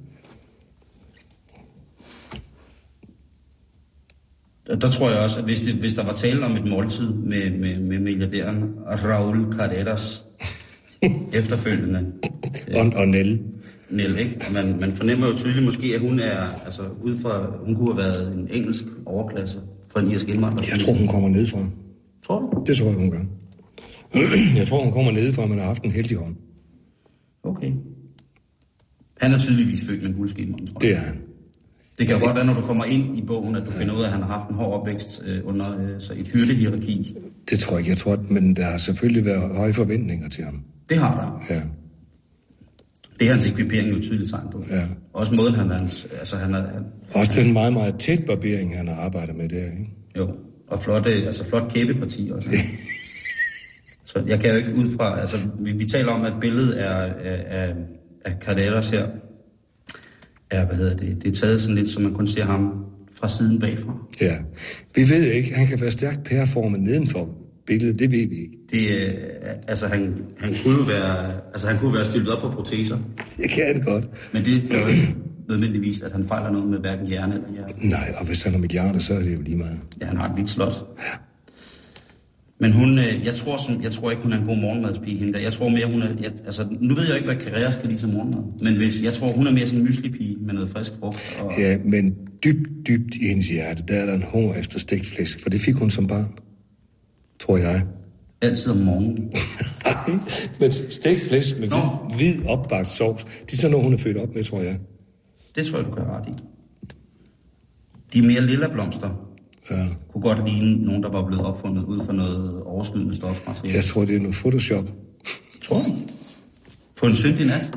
Der tror jeg også, at hvis der var tale om et måltid med milliardæren Raúl Carreras efterfølgende... Og Nell. Nell, ikke? Man fornemmer jo tydeligt måske, at hun er, altså ud fra, hun kunne have været en engelsk overklasse fra en irsk indvandrer. Jeg tror, hun kommer nedefra. Tror du? Det tror jeg, hun gør. Jeg tror, hun kommer nedefra, men har haft en heldig hånd. Okay. Han er tydeligvis født med en guldskæm, tror jeg. Det er han. Det kan jo godt være, når du kommer ind i bogen, at du finder ud af, at han har haft en hård opvækst under så et hyrdehierarki. Det tror jeg ikke. Jeg tror, men der har selvfølgelig været høje forventninger til ham. Det har der. Ja. Det er hans ekvipering jo tydeligt tegn på. Ja. Også måden, han Også den meget, meget tæt barbering, han har arbejdet med der, ikke? Jo, og flot kæbeparti også. Så jeg kan jo ikke ud fra... Altså, vi taler om, at billedet af Carreras her er, det er taget sådan lidt, så man kun ser ham fra siden bagfra. Ja. Vi ved ikke, han kan være stærkt pæreformet nedenfor billede, det ved vi ikke. Det, altså, han kunne jo være styltet op på proteser. Det kan han godt. Men det gør jo ikke nødvendigvis, at han fejler noget med hverken hjerne eller hjerte. Nej, og hvis han har milliarder, så er det jo lige meget. Ja, han har et hvidt slot. Ja. Men hun, jeg tror ikke, hun er en god morgenmadspige hende der. Jeg tror mere, hun er... nu ved jeg ikke, hvad Carrera skal lide som morgenmad. Men jeg tror, hun er mere sådan en myslipige med noget frisk frugt. Og... Ja, men dybt i hendes hjerte, der er der en hunger efter stegt flæsk. For det fik hun som barn. Tror jeg. Altid om morgenen. Men stegt flæsk med hvid opbagt sovs, det er sådan noget, hun er født op med, tror jeg. Det tror jeg, du kan ret i. De mere lilla blomster kunne godt ligne nogen, der var blevet opfundet ud fra noget overskydende stofmateriale. Jeg tror, det er noget Photoshop. Tror du? På en syndig nat?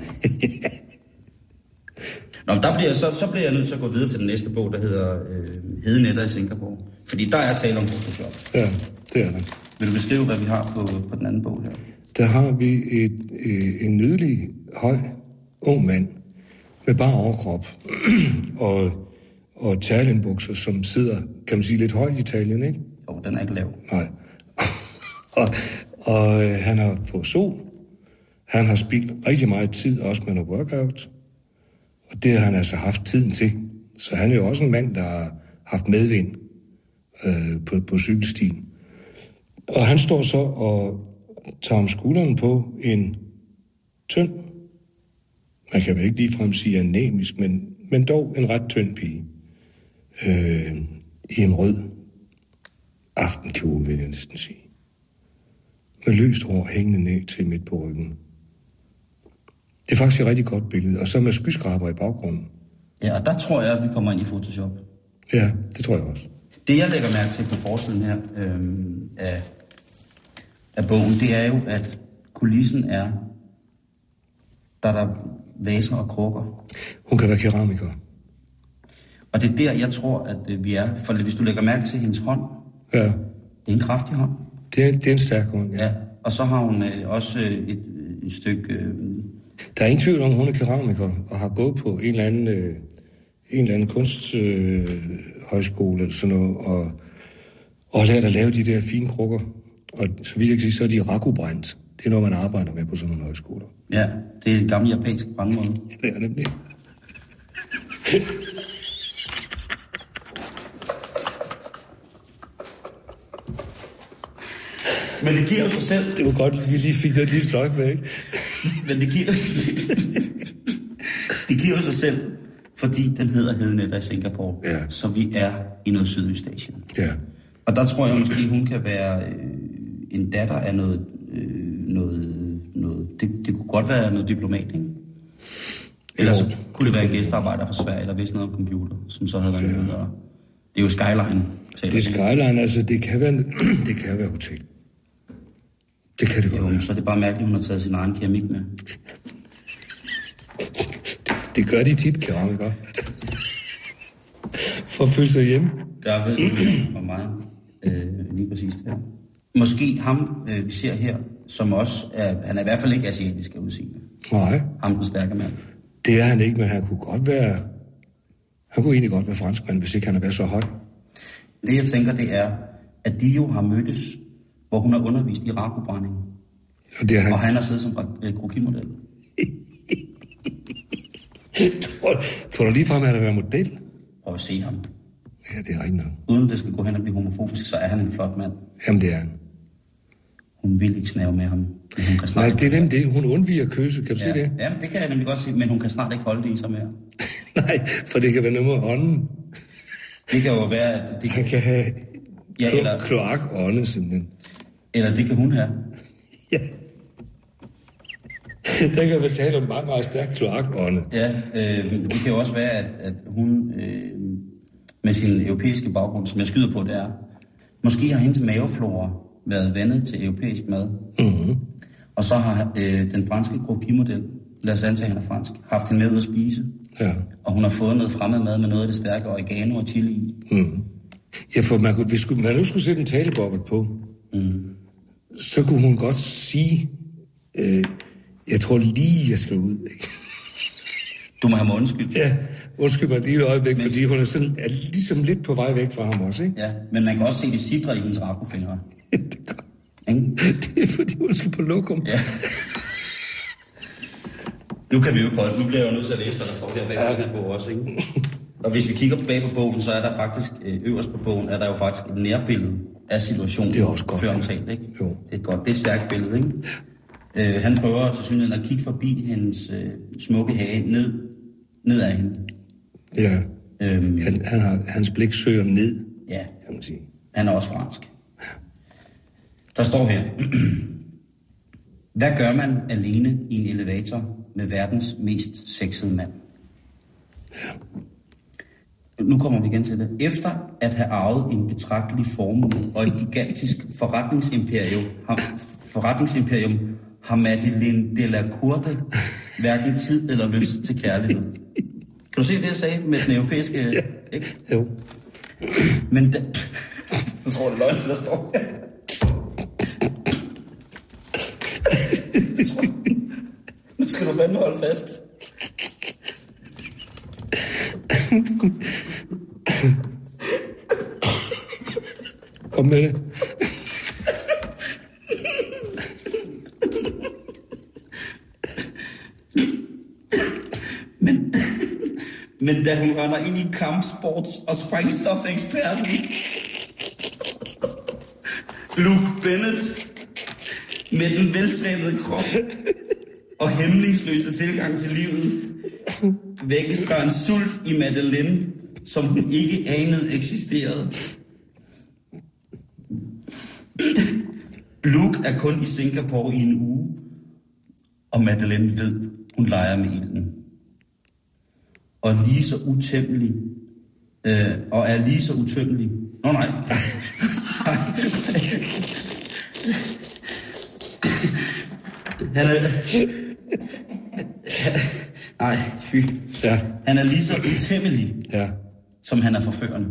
Nå, men så bliver jeg nødt til at gå videre til den næste bog, der hedder Hedenætter i Singapore. Fordi der er tale om Photoshop. Ja, det er det. Vil du beskrive, hvad vi har på den anden bog her? Der har vi en nydelig, høj, ung mand med bare overkrop og terlinbukser, som sidder, kan man sige, lidt højt i taljen, ikke? Jo, den er ikke lav. Nej. og han har fået sol. Han har spildt rigtig meget tid, også med noget workout. Og det har han altså haft tiden til. Så han er jo også en mand, der har haft medvind på cykelstien. Og han står så og tager om skulderen på en tynd, man kan vel ikke ligefrem sige anemisk, men dog en ret tynd pige. I en rød aftenkjole, vil jeg næsten sige. Med løst hår hængende ned til midt på ryggen. Det er faktisk et rigtig godt billede, og så med skyskraber i baggrunden. Ja, og der tror jeg, at vi kommer ind i Photoshop. Ja, det tror jeg også. Det, jeg lægger mærke til på forsiden her af bogen, det er jo, at kulissen er, der er vaser og krukker. Hun kan være keramiker. Og det er der, jeg tror, at vi er. For hvis du lægger mærke til hendes hånd, ja. Det er en kraftig hånd. Det er en stærk hånd, ja. Og så har hun også et stykke... Der er ingen tvivl om, hun er keramiker og har gået på en eller anden kunsthøjskole eller sådan noget, og lært at lave de der fine krukker. Og så vidt jeg kan sige, så er de rakubrændt. Det er noget, man arbejder med på sådan nogle højskoler. Ja, det er et gammelt japansk brandmåde. Det er nemlig. Men det giver jo sig selv. Det var godt, at vi lige fik det lille sløjf med, ikke? Men det giver jo sig selv, fordi den hedder Hedenætter i Singapore. Ja. Så vi er i noget Sydøstasien. Ja. Og der tror jeg måske, hun kan være en datter af noget det kunne godt være noget diplomat, ikke? Ellers så kunne det være en gæstearbejder fra Sverige, eller vidste noget om computer, som så havde været med. Det er jo Skyline. Det er Skyline, altså det kan være hotel. Det kan det godt være. Så er det bare mærkeligt, hun har taget sin egen keramik med. Det gør de tit, keramikere. For at føle sig hjemme. Der ved hvor meget lige præcis det her. Måske ham, vi ser her, som også er, han er i hvert fald ikke asiatisk af udseende. Nej. Ham den stærke mand. Det er han ikke, men han kunne egentlig godt være franskmand, hvis ikke han havde været så høj. Det jeg tænker, det er, at de jo har mødtes, hvor hun har undervist i rakubrænding. Og han har siddet som krokimodel. Tror du ligefrem, at han er været model? Prøv at se ham. Ja, det er rigtigt nok. Uden det skal gå hen og blive homofobisk, så er han en flot mand. Jamen, det er han. Hun vil ikke snave med ham. Men hun kan nej, det er nemlig det. Hun undviger kysse. Kan du se det? Jamen, det kan jeg nemlig godt se, men hun kan snart ikke holde det i sig mere. Nej, for det kan være noget med ånden. Det kan jo være, at det han kan have kloakånde, simpelthen. Eller det kan hun have. Ja. Der kan vi tale om meget, meget stærk kloakånde. Ja, det kan jo også være, at hun med sin europæiske baggrund, som jeg skyder på, det er, måske har hendes maveflora været vandet til europæisk mad. Mm-hmm. Og så har den franske krokimodel, lad os antage, han er fransk, haft hende med ud at spise. Ja. Og hun har fået noget fremmed mad med noget af det stærke oregano og chili i. Mm. Ja, for hvis man nu skulle sætte en talebobbel på, så kunne hun godt sige, jeg tror lige, jeg skal ud, ikke? Du må have mig undskyld. Ja, undskyld mig lige et øjeblik, fordi hun er ligesom lidt på vej væk fra ham også, ikke? Ja, men man kan også se det sidre i hendes rakufingre. Det gør. Det er fordi, hun skal på lokum. Ja. Nu kan vi jo prøve. Nu bliver jeg jo nødt til at læse, hvad der står her bag på den her bog også, ikke? Og hvis vi kigger bag på bogen, så er der faktisk, øverst på bogen, er der jo faktisk et nærbillede af situationen. Det er også godt, før omtalt, ikke? Jo. Det er godt. Det er et stærkt billede, ikke? Han prøver til synligheden at kigge forbi hendes smukke hage ned ad hende. Ja. Hans blik søger ned, ja, kan man sige. Han er også fransk. Der står her. Hvad gør man alene i en elevator med verdens mest sexede mand? Ja. Nu kommer vi igen til det. Efter at have arvet en betragtelig formue og et gigantisk forretningsimperium, har Madeleine de la Courte hverken tid eller lyst til kærlighed. Kan du se det, jeg sagde med den europæiske... Ja. Ikke? Jo. Men da... Du tror, det er løgn, der står her. Nu skal du fandme holde fast. Kom med det. Men da hun render ind i kampsports- og sprængstofeksperten Luke Bennett med den veltrænede krop og hemmelighedsløse tilgang til livet, vækkes der en sult i Madeleine, som hun ikke anede eksisterede. Luke er kun i Singapore i en uge, og Madeleine ved, hun leger med ilden. Og lige så utæmmelig. Og er lige så utømmelig. Nå nej. Han er... Nej, fy. Ja. Han er lige så utæmmelig, Ja. som han er forførende.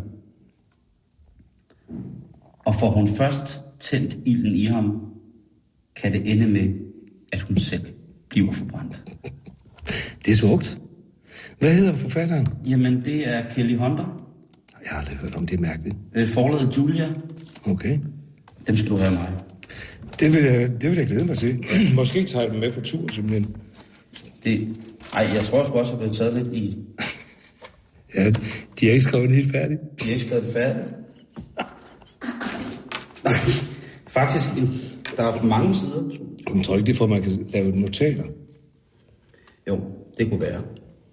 Og får hun først tændt ilden i ham, kan det ende med, at hun selv bliver forbrændt. Det er smukt. Hvad hedder forfatteren? Jamen, det er Kelly Hunter. Jeg har aldrig hørt om det, mærkeligt. Forlaget Julia. Okay. Dem skal du have mig. Det vil jeg glæde mig til. Måske tager jeg dem med på tur, simpelthen. Jeg tror også, jeg er blevet taget lidt i... Ja, de er ikke skrevet helt færdigt. De er ikke skrevet det færdigt. Nej, faktisk, der er mange sider. Jeg tror ikke, det er for, at man kan lave notater. Jo, det kunne være.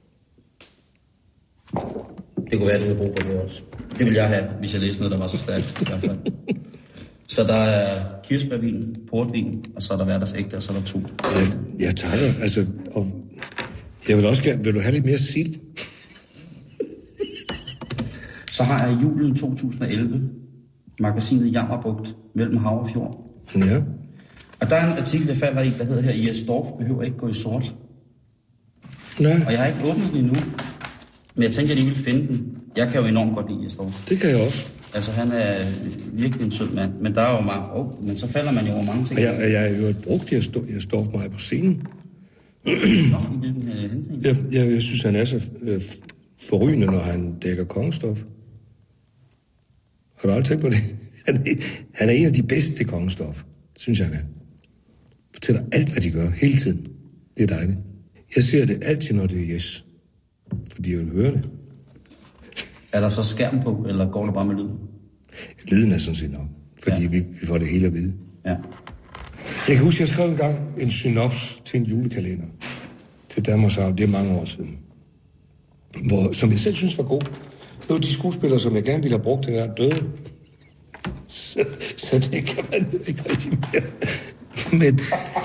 Det kunne være, at du havde brug for det også. Det ville jeg have, hvis jeg læste noget, der var så stærkt i hvert fald. Så der er kirsebærvin, portvin, og så er der hverdagsægte, og så er der 2. Jeg tager altså, og jeg vil også gerne, vil du have lidt mere sild? Så har jeg julen 2011, magasinet Jammerbugt mellem hav og fjord. Ja. Og der er en artikel, der falder i, der hedder her, Jes Dorf behøver ikke gå i sort. Nej. Og jeg har ikke åbnet den endnu, men jeg tænkte, at jeg lige ville finde den. Jeg kan jo enormt godt lide Jes Dorf. Det kan jeg også. Altså, han er virkelig en sød mand, men der er jo mange... men så falder man jo over mange ting. Og jeg har jo brugt Jes Dorf meget på scenen. Jeg synes, han er så forrygende, når han dækker kongestof. Har du aldrig tænkt på det? Han er en af de bedste til kongestof, synes jeg, han er. Fortæller alt, hvad de gør, hele tiden. Det er dejligt. Jeg ser det altid, når det er Jes. Fordi jeg vil høre det. Er der så skærm på, eller går det bare med lyd? Lyden er sådan set nok, fordi vi får det hele at vide. Ja. Jeg kan huske, jeg skrev engang en synops til en julekalender til Danmarks Radio. Det er mange år siden. Som jeg selv synes var god. Det var de skuespillere, som jeg gerne ville have brugt, den der døde. Så det kan man ikke rigtig mere. Men...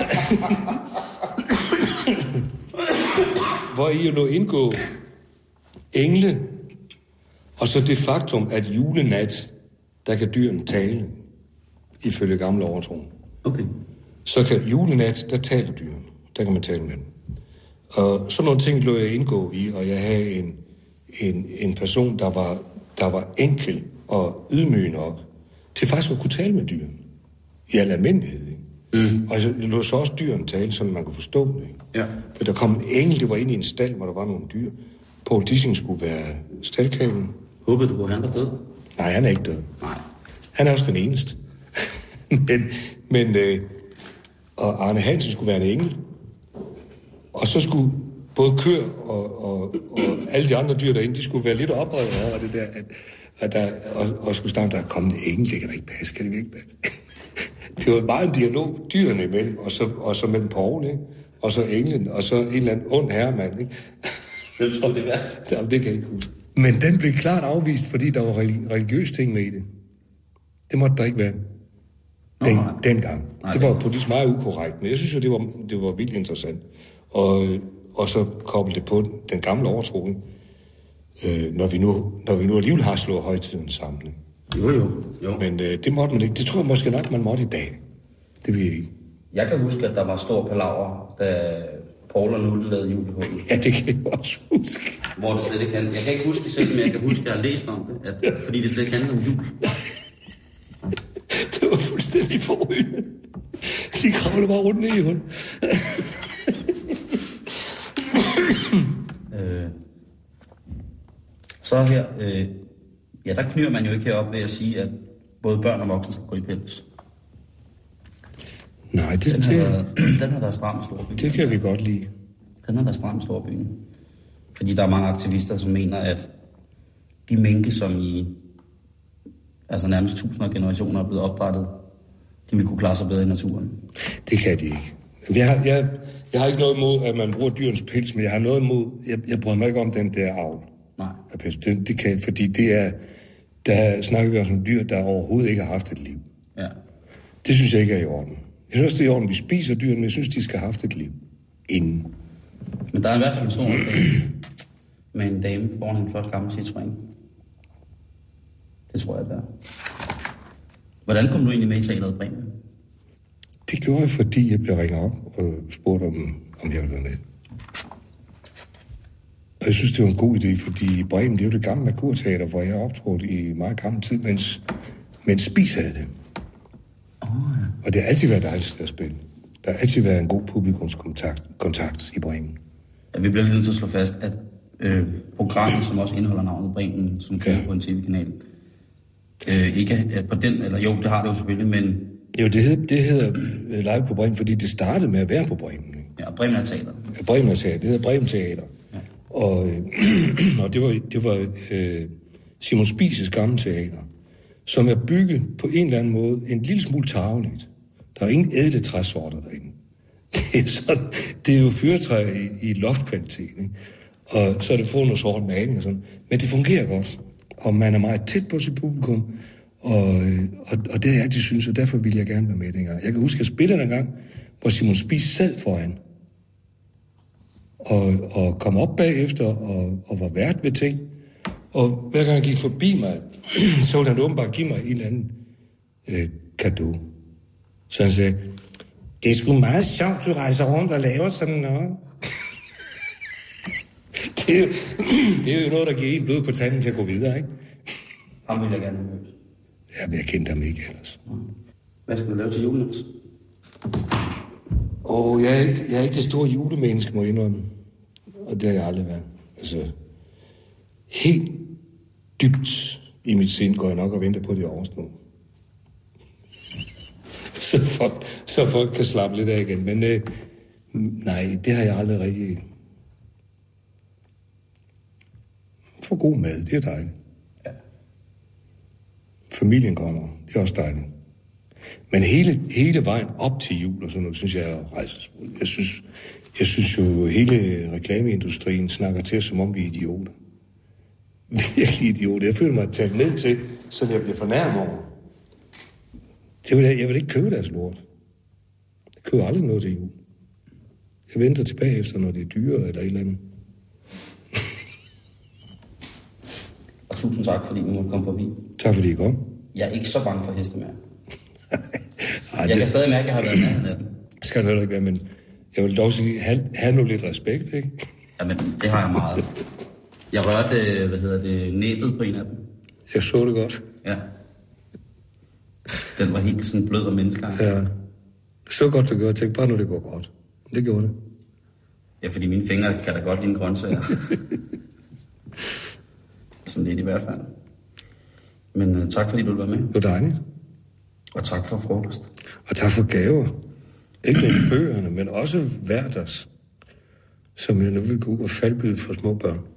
hvor I jo nu indgå engle, og så det faktum, at julenat, der kan dyrene tale, ifølge gamle overtro. Okay. Så kan julenat, der taler dyrene. Der kan man tale med dem. Og sådan nogle ting lå jeg indgå i, og jeg havde en person, der var enkel og ydmyg nok, til faktisk at kunne tale med dyrene. I al almindelighed. Mm. Og jeg lå så også dyrene tale, så man kunne forstå det. Ja. For der kom en engel, det var inde i en stald, hvor der var nogle dyr. Paul Dissing skulle være staldkagen. Håbede du, han var død? Nej, han er ikke død. Nej. Han er også den eneste. Men og Arne Hansen skulle være en engel. Og så skulle både køer og alle de andre dyr derinde, de skulle være lidt oprøret over det der, og skulle starte, der er kommet en engel, det kan da ikke passe, kan det ikke passe? Det var meget en dialog dyrene imellem, og så mellem Poul, ikke? Og så englen, og så en eller anden ond herremand, ikke? Hvem skulle det være? Det kan jeg ikke huske. Men den blev klart afvist, fordi der var religiøse ting med i det. Det måtte der ikke være. Dengang. Det var politisk meget ukorrekt, men jeg synes jo, det var vildt interessant. Og så koblede det på den gamle overtro, når vi nu alligevel har slået højtiden sammen. Jo. Men det måtte man ikke. Det tror jeg måske nok, man måtte i dag. Det vil jeg ikke. Jeg kan huske, at der var stor palaver, da Poul og Nulle lavede julehullet. Ja, det kan jeg også huske. Hvor det slet ikke handler. Jeg kan ikke huske det selv, men jeg kan huske, at jeg har læst om det, fordi det slet ikke handler om jul. Det var fuldstændig forrygende. De kravlede bare rundt ned i hullet. Så her, der knyr man jo ikke herop ved at sige, at både børn og voksne skal gå i pels. Nej, den har været stram i storbyen. Det kan vi godt lide. Den har været stram i storbyen. Fordi der er mange aktivister, som mener, at de minke, som i nærmest tusinder af generationer er blevet opdrættet, de vil kunne klare sig bedre i naturen. Det kan de ikke. Jeg har ikke noget imod, at man bruger dyrens pels, men jeg har noget imod, jeg bryder mig ikke om den der avl. Nej. Det kan, fordi der snakker vi om dyr, der overhovedet ikke har haft et liv. Ja. Det synes jeg ikke er i orden. Jeg synes, det er i orden, vi spiser dyr, men jeg synes, de skal have haft et liv inden. Men der er i hvert fald en stor med en dame foran en flot gammel Citroën. Det tror jeg, det er. Hvordan kom du egentlig med i teateret i Bremen? Det gjorde jeg, fordi jeg blev ringet op og spurgte, om jeg ville være med. Og jeg synes, det var en god idé, fordi Bremen, det er jo det gamle Merkurteater, hvor jeg optrådte i meget gammel tid, mens Spis havde det. Og det har altid været dejligt at spille. Der har altid været en god publikumskontakt i Bremen. Ja, vi bliver lige nødt til at slå fast, at programmet, som også indeholder navnet Bremen, som kører på en tv-kanal, ikke er på den, eller jo, det har det jo selvfølgelig, men... Jo, det hedder Live på Bremen, fordi det startede med at være på Bremen. Ikke? Ja, Bremen er teater. Ja, Bremen er teater. Det hedder Bremen Teater. Ja. Og det var Simon Spies' gamle teater, som er bygget på en eller anden måde en lille smule tarveligt. Der er ingen ædle træsorter derinde. Det er jo fyrretræ i loftkvalitet, ikke? Og så er det fået noget sort maling og sådan. Men det fungerer godt, og man er meget tæt på sit publikum, og det har jeg altid synes, og derfor ville jeg gerne være med dengang. Jeg kan huske, at jeg spillede en gang, hvor Simon Spies sad foran, og kom op bagefter, og var vært ved ting. Og hver gang han gik forbi mig, så ville han åbenbart give mig en eller anden cadeau. Så han sagde, det er sgu meget sjovt, du rejser rundt og laver sådan noget. det er jo noget, der giver en blod på tanden til at gå videre, ikke? Ham vil jeg gerne have mødt. Ja, men jeg kendte ham ikke ellers. Hvad skal du lave til julen? Jeg er ikke det store julemenneske, må jeg indrømme. Og det har jeg aldrig været. Altså, helt dybt i mit sind går jeg nok og venter på det overstå. Så folk kan slappe lidt af igen. Men nej, det har jeg aldrig rigtig... For god mad, det er dejligt. Ja. Familien kommer, det er også dejligt. Men hele vejen op til jul og sådan noget, synes jeg er rejsesfuldt. Jeg synes jo, hele reklameindustrien snakker til, som om vi er idioter. Virkelig idioter. Jeg føler mig talt ned til, så jeg bliver fornærmet over. Jeg vil ikke købe deres lort. Jeg køber aldrig noget til jul. Jeg venter tilbage efter, når det er dyre eller et eller andet. Og tusind tak, fordi I måtte komme forbi. Tak fordi I kom. Jeg er ikke så bange for heste mere. Jeg kan stadig mærke, at jeg har været med af dem. Skal du heller ikke være, men jeg vil dog sige, have nu lidt respekt, ikke? Jamen, det har jeg meget. Jeg rørte, næbet på en af dem. Jeg så det godt. Ja. Den var helt sådan blød og mennesker. Ja. Så godt, du gjorde. Jeg tænkte bare nu, det går godt. Det gjorde det. Ja, fordi mine fingre kan da godt lide en grøntsager. Sådan lidt i hvert fald. Men tak, fordi du ville være med. Det var dejligt. Og tak for frokost. Og tak for gaver. Ikke med bøgerne, men også hverdags, som jeg nu vil gå ud og faldbyde for små børn.